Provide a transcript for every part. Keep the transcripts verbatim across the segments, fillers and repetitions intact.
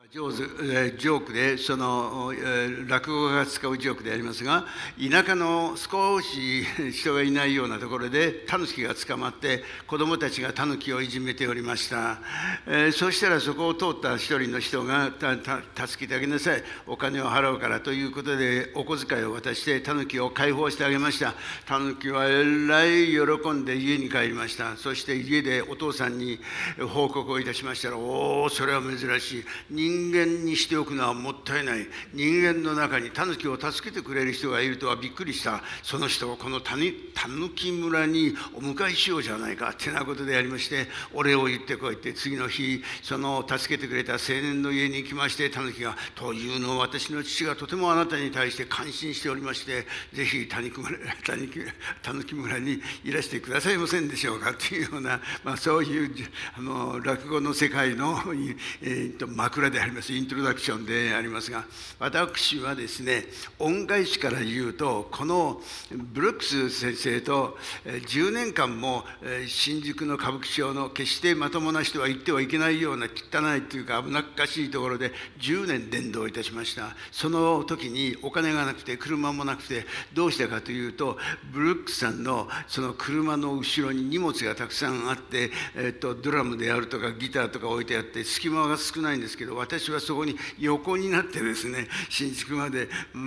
上手、えージョークで、その、えー落語家が使うジョークでありますが、田舎の少し人がいないようなところでタヌキが捕まって子どもたちがタヌキをいじめておりました。えーそうしたらそこを通った一人の人がたた助けてあげなさい、お金を払うからということでお小遣いを渡してタヌキを解放してあげました。タヌキはえらい喜んで家に帰りました。そして家でお父さんに報告をいたしましたら、おお、それは珍しい、人間にしておくのはもったいない、人間の中にタヌキを助けてくれる人がいるとはびっくりした、その人をこのタヌキ村にお迎えしようじゃないかってなことでありまして、お礼を言ってこいって次の日その助けてくれた青年の家に行きまして、タヌキが「というのを私の父がとてもあなたに対して感心しておりまして、ぜひタヌキ村タヌキタヌキ村にいらしてくださいませんでしょうか」というような、まあ、そういうあの落語の世界の、えー、と枕でありますイントロダクションでありますが、私はですね、恩返しから言うと、このブルックス先生とじゅうねんかんも新宿の歌舞伎町の決してまともな人は行ってはいけないような汚いというか危なっかしいところでじゅうねん伝道いたしました。その時にお金がなくて車もなくて、どうしたかというと、ブルックスさんのその車の後ろに荷物がたくさんあって、えっと、ドラムであるとかギターとか置いてあって隙間が少ないんですけど、私はそこに横になってですね、新宿まで、うん、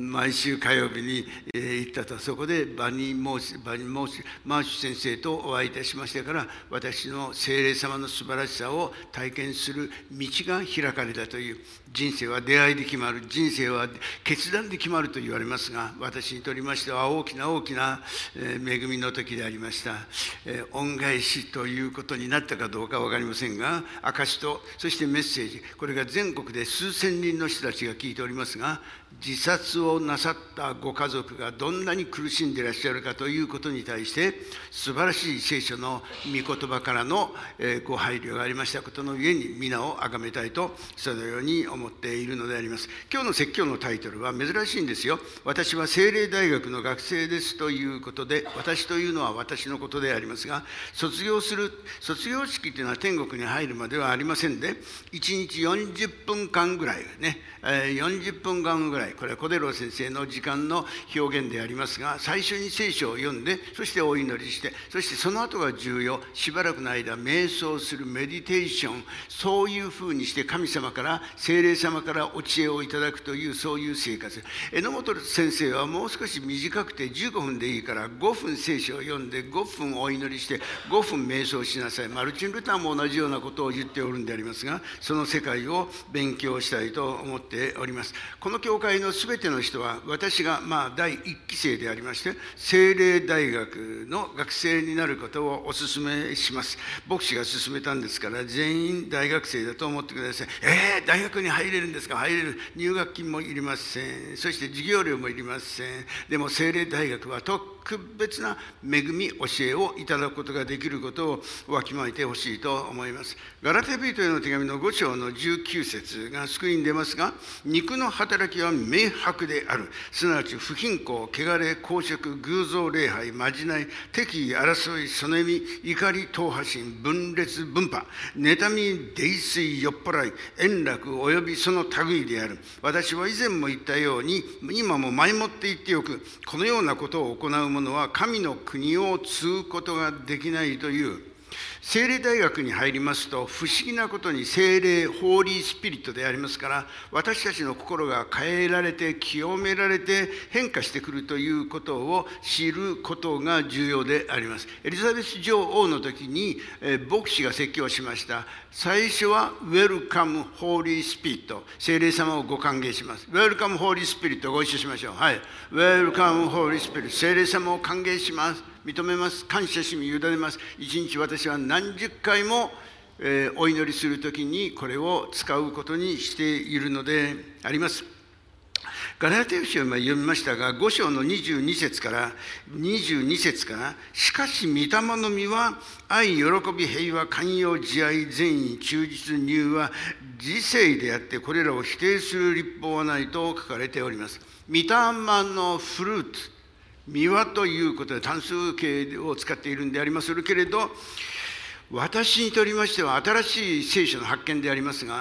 毎週火曜日に、えー行ったと。そこでバニー・モーシバニーモーシマーシュ先生とお会いいたしましてから、私の聖霊様の素晴らしさを体験する道が開かれたという。人生は出会いで決まる、人生は決断で決まると言われますが、私にとりましては大きな大きな、えー、恵みの時でありました。えー、恩返しということになったかどうか分かりませんが、証とそしてメッセージ、これが全国で数千人の人たちが聞いておりますが、自殺をなさったご家族がどんなに苦しんでいらっしゃるかということに対して、素晴らしい聖書の御言葉からのご配慮がありましたことの上に皆を崇めたいと、そのように思っているのであります。今日の説教のタイトルは珍しいんですよ。私は聖霊大学の学生ですということで、私というのは私のことでありますが、卒業する卒業式というのは天国に入るまではありませんで、いちにちよんじゅっぷんかんぐらいね、よんじゅっぷんかんぐらい、これは小出郎先生の時間の表現でありますが、最初に聖書を読んで、そしてお祈りして、そしてその後が重要、しばらくの間瞑想するメディテーション、そういうふうにして神様から聖霊様からお知恵をいただくという、そういう生活。榎本先生はもう少し短くてじゅうごふんでいいからごふん聖書を読んでごふんお祈りしてごふん瞑想しなさい。マルチン・ルターも同じようなことを言っておるんでありますが、その世界を勉強したいと思っております。この教会のすべての人は、私がまあだいいっき生でありまして、聖霊大学の学生になることをお勧めします。牧師が勧めたんですから、全員大学生だと思ってください。えー、大学に入れるんですか？入れる。入学金もいりません。そして授業料もいりません。でも聖霊大学は特別な恵み、教えをいただくことができることをわきまえてほしいと思います。ガラテヤ人への手紙のご章のじゅうきゅう節が救いに出ますが、肉の働きは明白である。すなわち不貧困、汚れ、公職、偶像礼拝、まじない、敵意、争い、そねみ、怒り、党派心、分裂、分派、妬み、泥酔、酔っ払い、円楽およびその類である。私は以前も言ったように、今も前もって言っておく。このようなことを行う者は神の国を継ぐことができないという。聖霊大学に入りますと、不思議なことに聖霊、ホーリースピリットでありますから、私たちの心が変えられて、清められて、変化してくるということを知ることが重要であります。エリザベス女王の時に、えー、牧師が説教しました。最初は、ウェルカム・ホーリースピリット。聖霊様をご歓迎します。ウェルカム・ホーリースピリットをご一緒しましょう。はい。ウェルカム・ホーリースピリット。聖霊様を歓迎します。認めます。感謝しみ委ねます。一日私は何十回も、えー、お祈りするときにこれを使うことにしているのであります。ガラテヤ書を今読みましたが、ご章のにじゅうに節からにじゅうに節から、しかし御霊の実は愛、喜び、平和、寛容、慈愛、善意、忠実、柔和、自制であって、これらを否定する律法はないと書かれております。御霊のフルーツ、実はということで単数形を使っているんでありますけれど、私にとりましては新しい聖書の発見でありますが、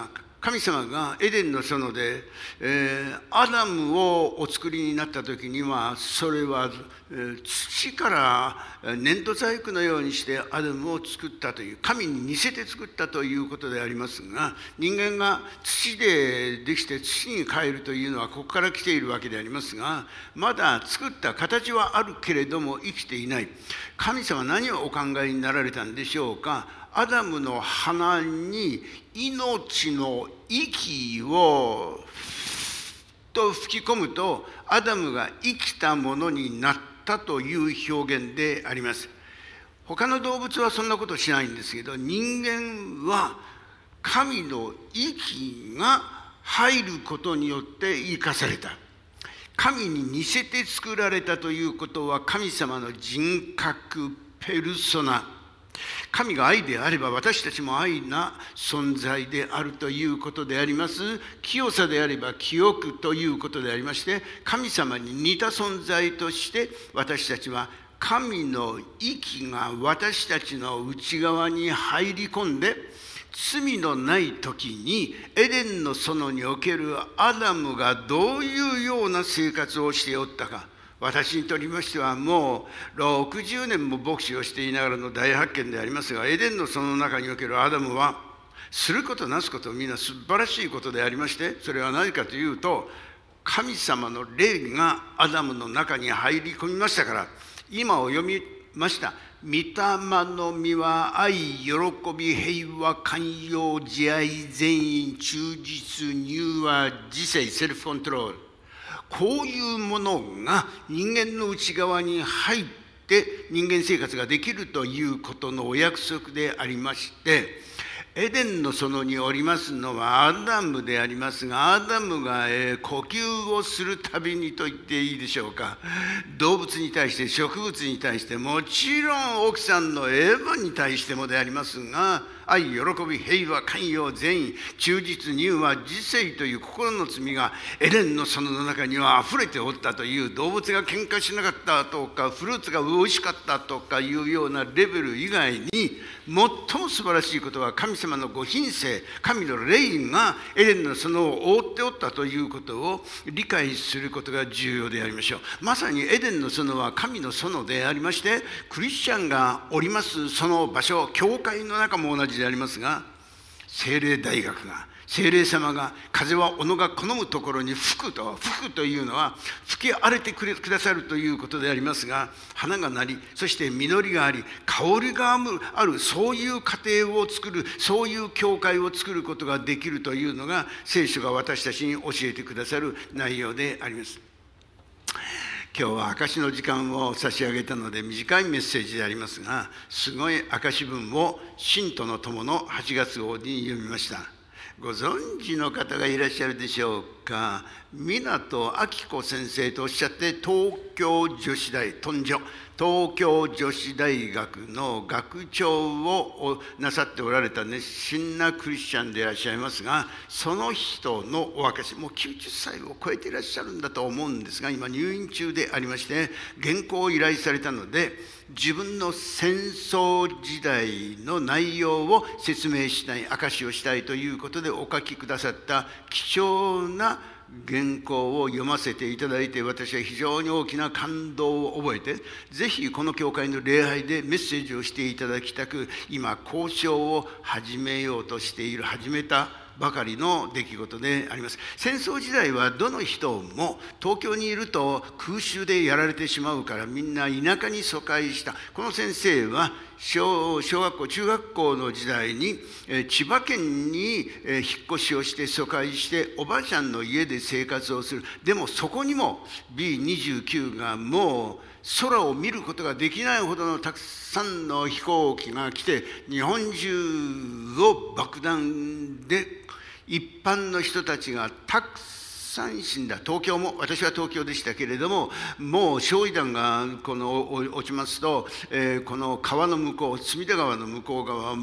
神様がエデンの園で、えー、アダムをお作りになった時には、それは、えー、土から粘土細工のようにしてアダムを作ったという、神に似せて作ったということでありますが、人間が土でできて土に帰るというのはここから来ているわけでありますが、まだ作った形はあるけれども生きていない。神様は何をお考えになられたんでしょうか。アダムの鼻に命の息をと吹き込むと、アダムが生きたものになったという表現であります。他の動物はそんなことしないんですけど、人間は神の息が入ることによって生かされた。神に似せて作られたということは、神様の人格、ペルソナ、神が愛であれば私たちも愛な存在であるということであります。清さであれば清くということでありまして、神様に似た存在として私たちは、神の息が私たちの内側に入り込んで、罪のない時にエデンの園におけるアダムがどういうような生活をしておったか、私にとりましてはもうろくじゅうねんも牧師をしていながらの大発見でありますが、エデンの園の中におけるアダムはすることなすことみんな素晴らしいことでありまして、それは何かというと、神様の霊がアダムの中に入り込みましたから、今を読みました御霊の実は愛、喜び、平和、寛容、慈愛、善意、忠実、柔和、自制、セルフコントロール、こういうものが人間の内側に入って人間生活ができるということのお約束でありまして、エデンの園におりますのはアダムでありますが、アダムが、えー、呼吸をするたびにと言っていいでしょうか、動物に対して植物に対して、もちろん奥さんのエヴァに対してもでありますが、愛、喜び、平和、寛容、善意、忠実、柔和、自制という心の罪がエデンの園の中には溢れておったという、動物が喧嘩しなかったとかフルーツが美味しかったとかいうようなレベル以外に、最も素晴らしいことは神様のご品性、神の霊がエデンの園を覆っておったということを理解することが重要でありましょう。まさにエデンの園は神の園でありまして、クリスチャンがおりますその場所、教会の中も同じでありますが、聖霊大学が、聖霊様が、風は己が好むところに吹くと、吹くというのは吹き荒れてくださるということでありますが、花がなり、そして実りがあり、香りがある、そういう家庭を作る、そういう教会を作ることができるというのが、聖書が私たちに教えてくださる内容であります。今日は証の時間を差し上げたので短いメッセージでありますが、すごい証文を信徒の友のはちがつ号に読みました。ご存知の方がいらっしゃるでしょうか。湊明子先生とおっしゃって、東京女子大東女東京女子大学の学長をなさっておられた熱心なクリスチャンでいらっしゃいますが、その人のお証し、もうきゅうじゅっさいを超えていらっしゃるんだと思うんですが、今入院中でありまして、原稿を依頼されたので、自分の戦争時代の内容を説明したい、証しをしたいということでお書きくださった貴重な原稿を読ませていただいて、私は非常に大きな感動を覚えて、ぜひこの教会の礼拝でメッセージをしていただきたく、今交渉を始めようとしている、始めたばかりの出来事であります。戦争時代はどの人も東京にいると空襲でやられてしまうから、みんな田舎に疎開した。この先生は 小, 小学校中学校の時代に千葉県に引っ越しをして疎開して、おばあちゃんの家で生活をする。でもそこにも ビーにじゅうきゅう がもう空を見ることができないほどのたくさんの飛行機が来て、日本中を爆弾で一般の人たちがたくさん死んだ。東京も、私は東京でしたけれども、もう焼夷弾がこの落ちますと、えー、この川の向こう、隅田川の向こう側は真っ赤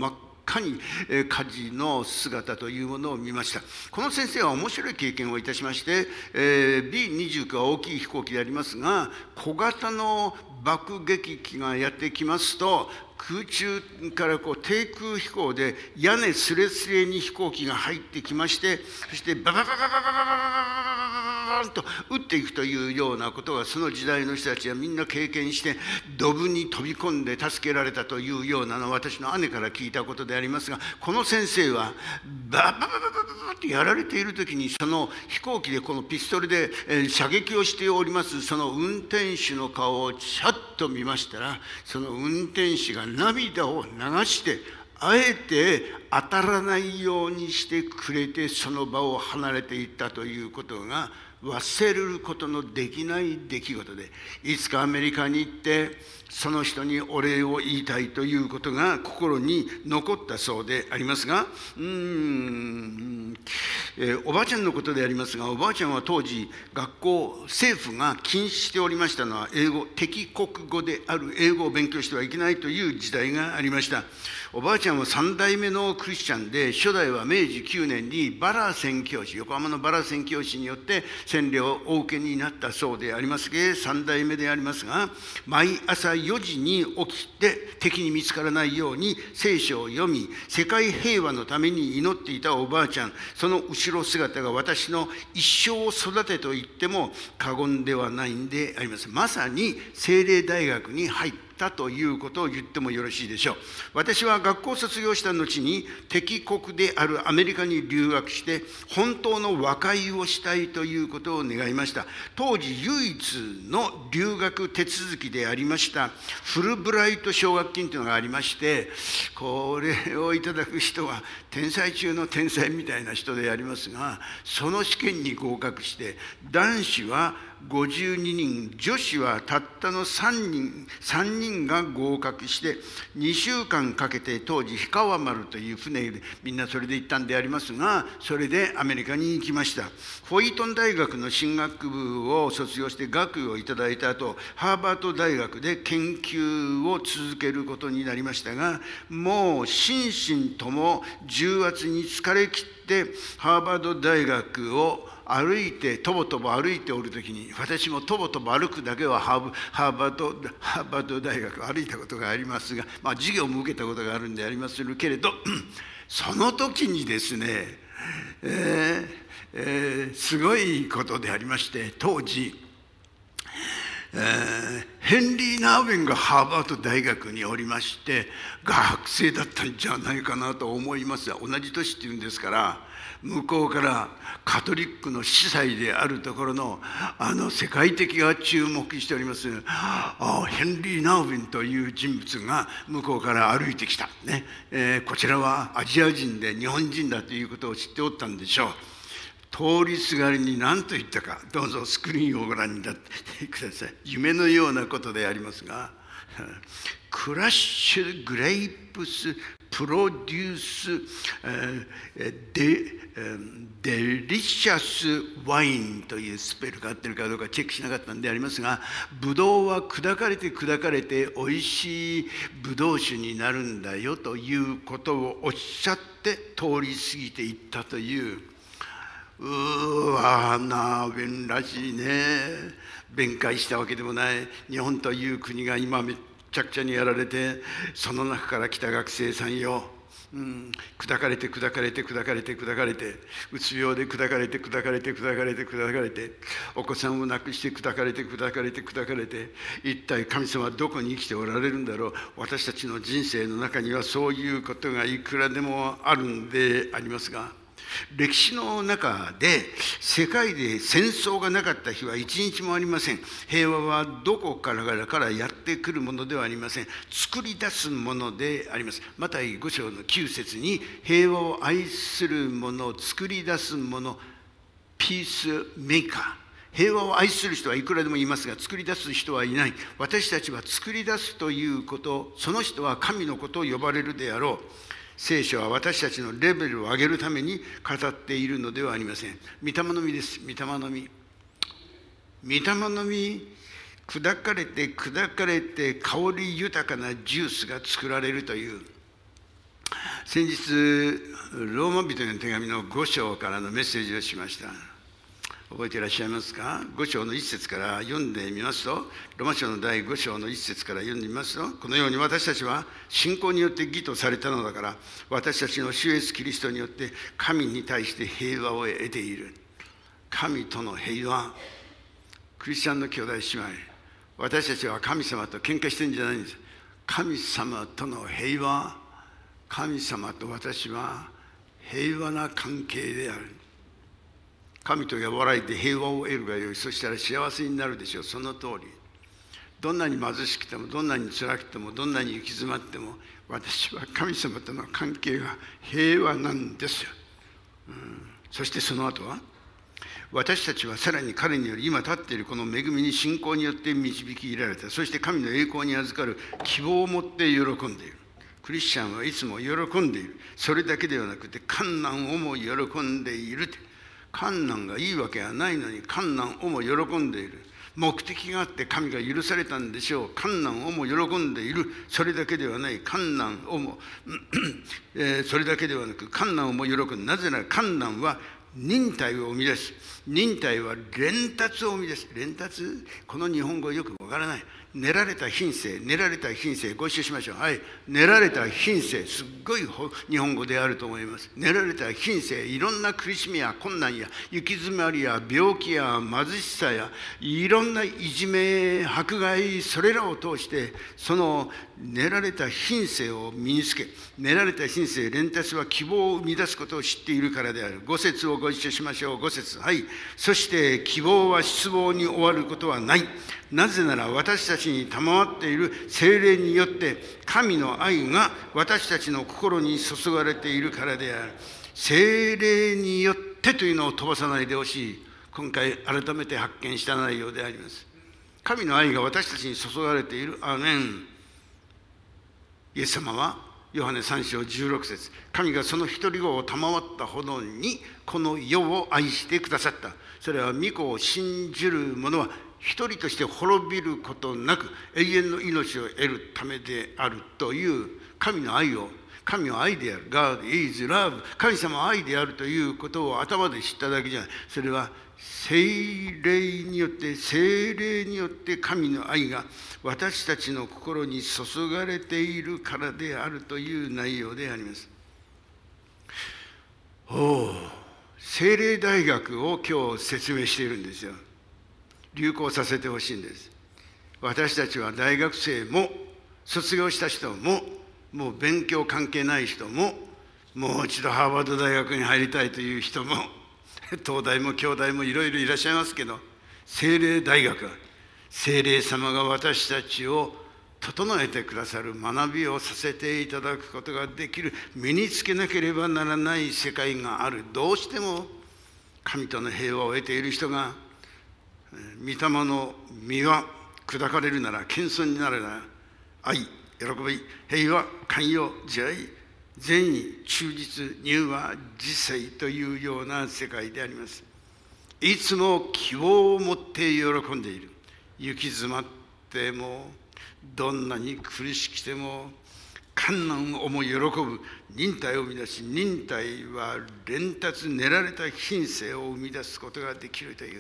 かに火事の姿というものを見ました。この先生は面白い経験をいたしまして、えー、ビーにじゅうきゅう は大きい飛行機でありますが、小型の爆撃機がやってきますと、空中からこう低空飛行で屋根すれすれに飛行機が入ってきまして、そしてババババババババババババンと撃っていくというようなことが、その時代の人たちはみんな経験して、ドブに飛び込んで助けられたというようなのは私の姉から聞いたことでありますが、この先生はバババババババってやられている時に、その飛行機でこのピストルで射撃をしておりますその運転手の顔をちゃっと見ましたら、その運転手が涙を流して、あえて当たらないようにしてくれてその場を離れていったということが忘れることのできない出来事で、いつかアメリカに行ってその人にお礼を言いたいということが心に残ったそうでありますが、うーん、えー、おばあちゃんのことでありますが、おばあちゃんは当時学校政府が禁止しておりましたのは、英語敵国語である英語を勉強してはいけないという時代がありました。おばあちゃんはさん代目のクリスチャンで、初代はめいじきゅうねんにバラ宣教師、横浜のバラ宣教師によって洗礼をお受けになったそうでありますが、さん代目でありますが、毎朝よじに起きて敵に見つからないように聖書を読み、世界平和のために祈っていたおばあちゃん、その後ろ姿が私の一生を育てと言っても過言ではないんであります。まさに聖霊大学に入ってということを言ってもよろしいでしょう。私は学校を卒業した後に敵国であるアメリカに留学して、本当の和解をしたいということを願いました。当時唯一の留学手続きでありましたフルブライト奨学金というのがありまして、これをいただく人は天才中の天才みたいな人でありますが、その試験に合格して、男子はごじゅうににん、女子はたったのさんにん、さんにんが合格して、にしゅうかんかけて当時氷川丸という船でみんなそれで行ったんでありますが、それでアメリカに行きました。フォイトン大学の進学部を卒業して学位をいただいた後、ハーバード大学で研究を続けることになりましたが、もう心身とも重圧に疲れ切ってハーバード大学を歩いてとぼとぼ歩いておるときに、私もとぼとぼ歩くだけはハーブハーバードハーバード大学を歩いたことがありますが、まあ、授業も受けたことがあるんでありますけれど、その時にですね、えーえー、すごいことでありまして、当時、えー、ヘンリー・ナーウェンがハーバード大学におりまして、学生だったんじゃないかなと思いますが、同じ年っていうんですから、向こうからカトリックの司祭であるところのあの世界的が注目しておりますあヘンリー・ナーウェンという人物が向こうから歩いてきた、ねえー、こちらはアジア人で日本人だということを知っておったんでしょう。通りすがりに何と言ったか、どうぞスクリーンをご覧になってください。夢のようなことでありますが、クラッシュグレープスプロデュース、えー、デデリシャスワインというスペルが合ってるかどうかチェックしなかったんでありますが、ブドウは砕かれて砕かれておいしいブドウ酒になるんだよということをおっしゃって通り過ぎていったという、うーわーナーウェンらしいね。弁解したわけでもない。日本という国が今めっちゃくちゃにやられて、その中から来た学生さんよ、うん、砕かれて砕かれて砕かれて砕かれて、うつ病で砕かれて砕かれて砕かれて砕かれて、お子さんを亡くして砕かれて砕かれて砕かれて、一体神様はどこに生きておられるんだろう。私たちの人生の中にはそういうことがいくらでもあるんでありますが、歴史の中で世界で戦争がなかった日は一日もありません。平和はどこからからやってくるものではありません。作り出すものであります。マタイご章のきゅう節に、平和を愛するもの、作り出すもの、ピースメーカー。平和を愛する人はいくらでもいますが、作り出す人はいない。私たちは作り出すということ、その人は神のことを呼ばれるであろう。聖書は私たちのレベルを上げるために語っているのではありません。御霊の実です。御霊の実。御霊の実、砕かれて砕かれて香り豊かなジュースが作られるという、 先日ローマ人への手紙のご章からのメッセージをしました。覚えていらっしゃいますか？ご章の一節から読んでみますと、ローマ書の第五章の一節から読んでみますと、このように私たちは信仰によって義とされたのだから、私たちの主イエスキリストによって神に対して平和を得ている。神との平和。クリスチャンの兄弟姉妹、私たちは神様と喧嘩してるんじゃないんです。神様との平和。神様と私は平和な関係である。神と和らいで平和を得るがよい。そしたら幸せになるでしょう。その通り。どんなに貧しくても、どんなに辛くても、どんなに行き詰まっても、私は神様との関係が平和なんですよ。うん、そしてその後は、私たちはさらに彼により今立っているこの恵みに信仰によって導き入れられた。そして神の栄光に預かる希望を持って喜んでいる。クリスチャンはいつも喜んでいる。それだけではなくて、困難をも喜んでいる。困難がいいわけはないのに、困難をも喜んでいる。目的があって神が許されたんでしょう。困難をも喜んでいる。それだけではない。困難をも、えー、それだけではなく、困難をも喜ぶ。なぜなら困難は忍耐を生み出し、忍耐は連達を生み出し、連達、この日本語よくわからない。練られた品性、練られた品性、ご一緒しましょう。はい。練られた品性、すっごい日本語であると思います。練られた品性、いろんな苦しみや困難や行き詰まりや病気や貧しさやいろんないじめ、迫害、それらを通してその練られた品性を身につけ、練られた品性、連達は希望を生み出すことを知っているからである。ご節をご一緒しましょう。ご節。はい。そして希望は失望に終わることはない。なぜなら私たちに賜っている聖霊によって神の愛が私たちの心に注がれているからである。聖霊によってというのを飛ばさないでほしい。今回改めて発見した内容であります。神の愛が私たちに注がれている。アーメン。イエス様はヨハネさん章じゅうろく節、神がその一人子を賜ったほどにこの世を愛してくださった。それは御子を信じる者は一人として滅びることなく永遠の命を得るためであるという神の愛を、神は愛である。God is love。神様は愛であるということを頭で知っただけじゃない。それは聖霊によって、聖霊によって神の愛が私たちの心に注がれているからであるという内容であります。おお、聖霊大学を今日説明しているんですよ。流行させてほしいんです。私たちは大学生も卒業した人ももう勉強関係ない人ももう一度ハーバード大学に入りたいという人も東大も京大もいろいろいらっしゃいますけど、聖霊大学は聖霊様が私たちを整えてくださる学びをさせていただくことができる、身につけなければならない世界がある。どうしても神との平和を得ている人が御霊の実は砕かれるなら、謙遜になるなら、愛、喜び、平和、寛容、慈愛、善意、忠実、柔和、自制というような世界であります。いつも希望を持って喜んでいる。行き詰まっても、どんなに苦しくても、困難をも喜ぶ。忍耐を生み出し、忍耐は連達、練られた品性を生み出すことができるという。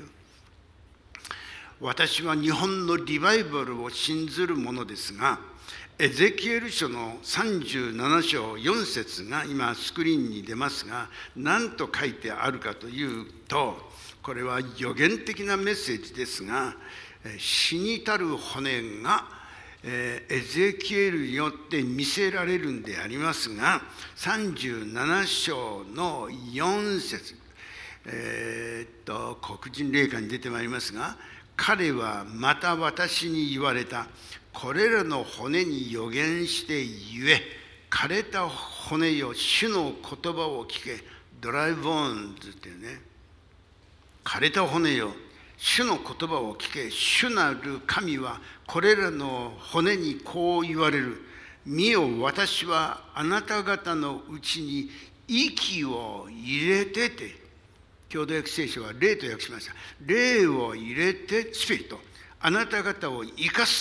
私は日本のリバイバルを信ずるものですが、エゼキエル書のさんじゅうなな章よん節が今スクリーンに出ますが、何と書いてあるかというと、これは予言的なメッセージですが、死にたる骨がエゼキエルによって見せられるんでありますが、さんじゅうなな章のよん節、えー、っと黒人霊感に出てまいりますが、彼はまた私に言われた。これらの骨に予言して言え。枯れた骨よ、主の言葉を聞け。ドライボーンズっていうね。枯れた骨よ、主の言葉を聞け。主なる神はこれらの骨にこう言われる。見よ、私はあなた方のうちに息を入れてて。共同訳聖書は霊と訳しました。霊を入れてスピリット、あなた方を生かす。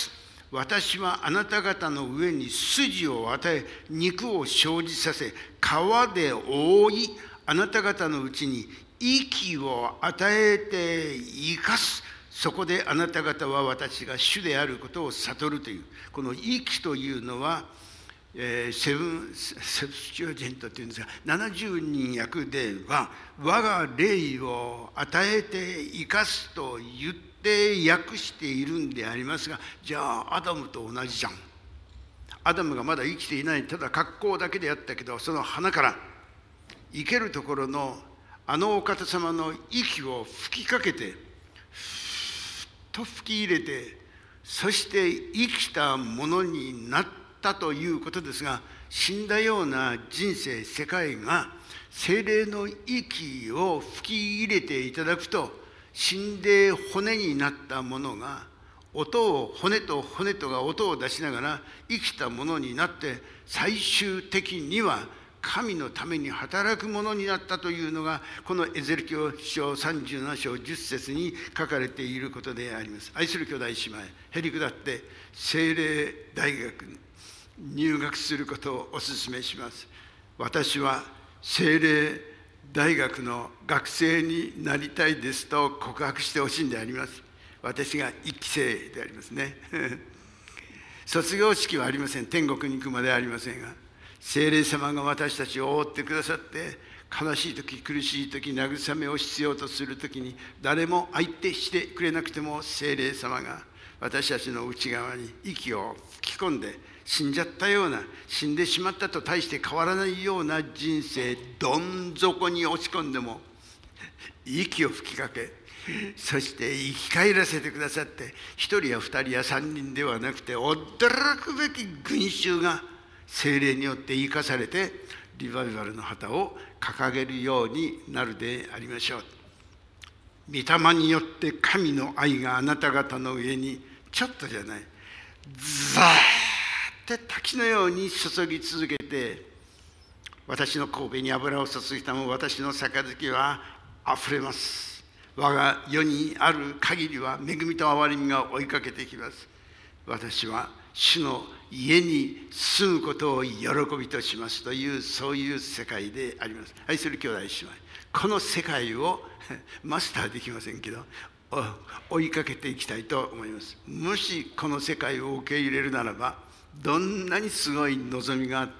私はあなた方の上に筋を与え、肉を生じさせ、皮で覆い、あなた方のうちに息を与えて生かす。そこであなた方は私が主であることを悟るという、この息というのは、えー、セブンセプチュアジェントというんですが、ななじゅうにん訳では我が霊を与えて生かすと言って訳しているんでありますが、じゃあアダムと同じじゃん。アダムがまだ生きていない、ただ格好だけであったけど、その鼻から生けるところのあのお方様の息を吹きかけて、ふーっと吹き入れて、そして生きたものになったということですが、死んだような人生世界が聖霊の息を吹き入れていただくと、死んで骨になったものが音を、骨と骨とが音を出しながら生きたものになって、最終的には神のために働くものになったというのが、このエゼキエル書さんじゅうなな章じゅっ節に書かれていることであります。愛する兄弟姉妹、へりくだって聖霊大学に入学することをお勧めします。私は聖霊大学の学生になりたいですと告白してほしいんであります。私が一期生でありますね。卒業式はありません。天国に行くまではありませんが、聖霊様が私たちを覆ってくださって、悲しい時、苦しい時、慰めを必要とする時に、誰も相手してくれなくても聖霊様が私たちの内側に息を吹き込んで、死んじゃったような、死んでしまったと大して変わらないような人生、どん底に落ち込んでも息を吹きかけ、そして生き返らせてくださって、一人や二人や三人ではなくて、驚くべき群衆が聖霊によって生かされて、リバイバルの旗を掲げるようになるでありましょう。御霊によって神の愛があなた方の上にちょっとじゃない、ザーって滝のように注ぎ続けて、私の頭に油を注ぎたも私の杯はあふれます。我が世にある限りは恵みと憐れみが追いかけてきます。私は主の家に住むことを喜びとしますという、そういう世界であります。愛する兄弟姉妹、この世界をマスターできませんけど、追いかけていきたいと思います。もしこの世界を受け入れるならば、どんなにすごい望みがあって、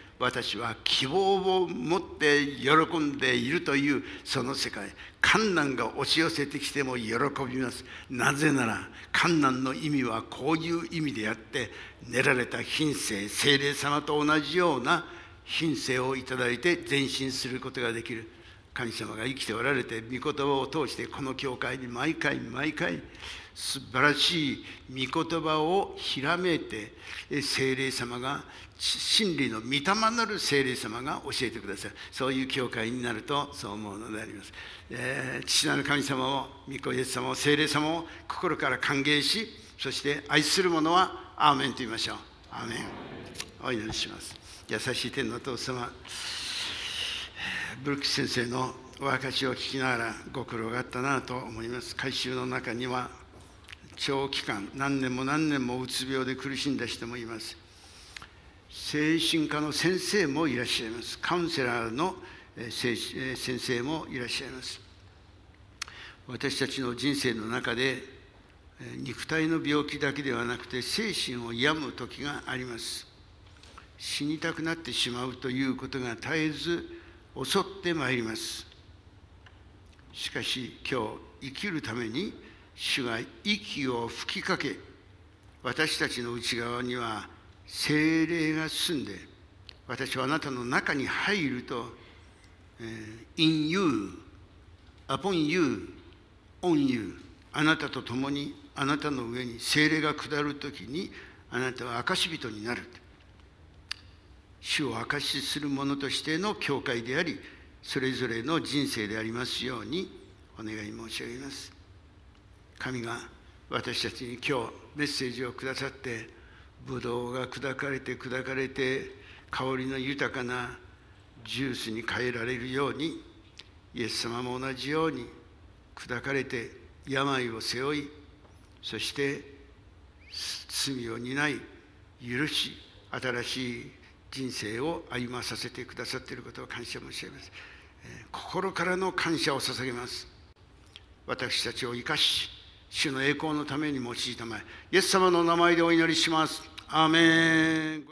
私は希望を持って喜んでいるというその世界、患難が押し寄せてきても喜びます。なぜなら患難の意味はこういう意味であって、練られた品性、聖霊様と同じような品性をいただいて前進することができる神様が生きておられて、御言葉を通してこの教会に毎回毎回素晴らしい御言葉をひらめいて、聖霊様が、真理の御霊なる聖霊様が教えてください。そういう教会になるとそう思うのであります。えー、父なる神様を、御子イエス様を、聖霊様を心から歓迎し、そして愛する者はアーメンと言いましょう。アーメン。お祈りします。優しい天のお父様、ブルックス先生のお明かしを聞きながらご苦労があったなと思います。改宗の中には長期間、何年も何年もうつ病で苦しんだ人もいます。精神科の先生もいらっしゃいます。カウンセラーの先生もいらっしゃいます。私たちの人生の中で肉体の病気だけではなくて、精神を病む時があります。死にたくなってしまうということが絶えず襲ってまいります。しかし今日生きるために主が息を吹きかけ、私たちの内側には聖霊が住んで、私はあなたの中に入ると、えー、in you, upon you, on you、 あなたと共にあなたの上に聖霊が下るときに、あなたは証人になる。主を証しする者としての教会であり、それぞれの人生でありますようにお願い申し上げます。神が私たちに今日メッセージをくださって、ブドウが砕かれて砕かれて香りの豊かなジュースに変えられるように、イエス様も同じように砕かれて病を背負い、そして罪を担い許し、新しい人生を歩まさせてくださっていることを感謝申し上げます。心からの感謝を捧げます。私たちを生かし、主の栄光のために用いたまえ、イエス様の名前でお祈りします。アーメン。